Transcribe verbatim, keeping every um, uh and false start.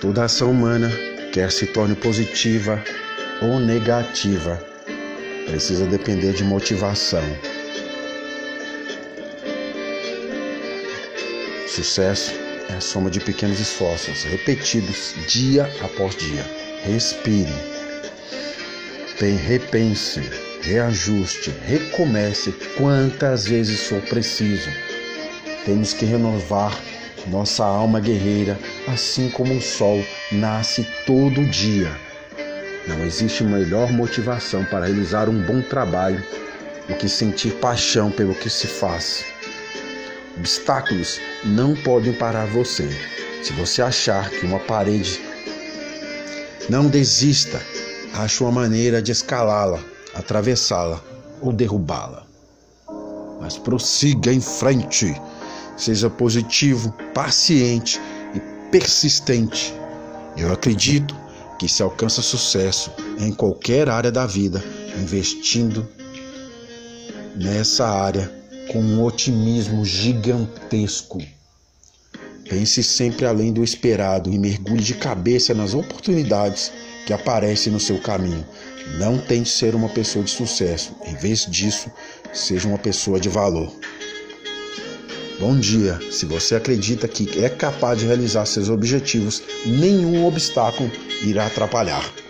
Toda ação humana, quer se torne positiva ou negativa, precisa depender de motivação. Sucesso é a soma de pequenos esforços repetidos dia após dia. Respire, repense, reajuste, recomece quantas vezes for preciso. Temos que renovar nossa alma guerreira, assim como o sol nasce todo dia. Não existe melhor motivação para realizar um bom trabalho do que sentir paixão pelo que se faz. Obstáculos não podem parar você. Se você achar que uma parede, não desista. Ache uma maneira de escalá-la, atravessá-la ou derrubá-la. Mas prossiga em frente. Seja positivo, paciente e persistente. Eu acredito que se alcança sucesso em qualquer área da vida, investindo nessa área com um otimismo gigantesco. Pense sempre além do esperado e mergulhe de cabeça nas oportunidades que aparecem no seu caminho. Não tente ser uma pessoa de sucesso. Em vez disso, seja uma pessoa de valor. Bom dia. Se você acredita que é capaz de realizar seus objetivos, nenhum obstáculo irá atrapalhar.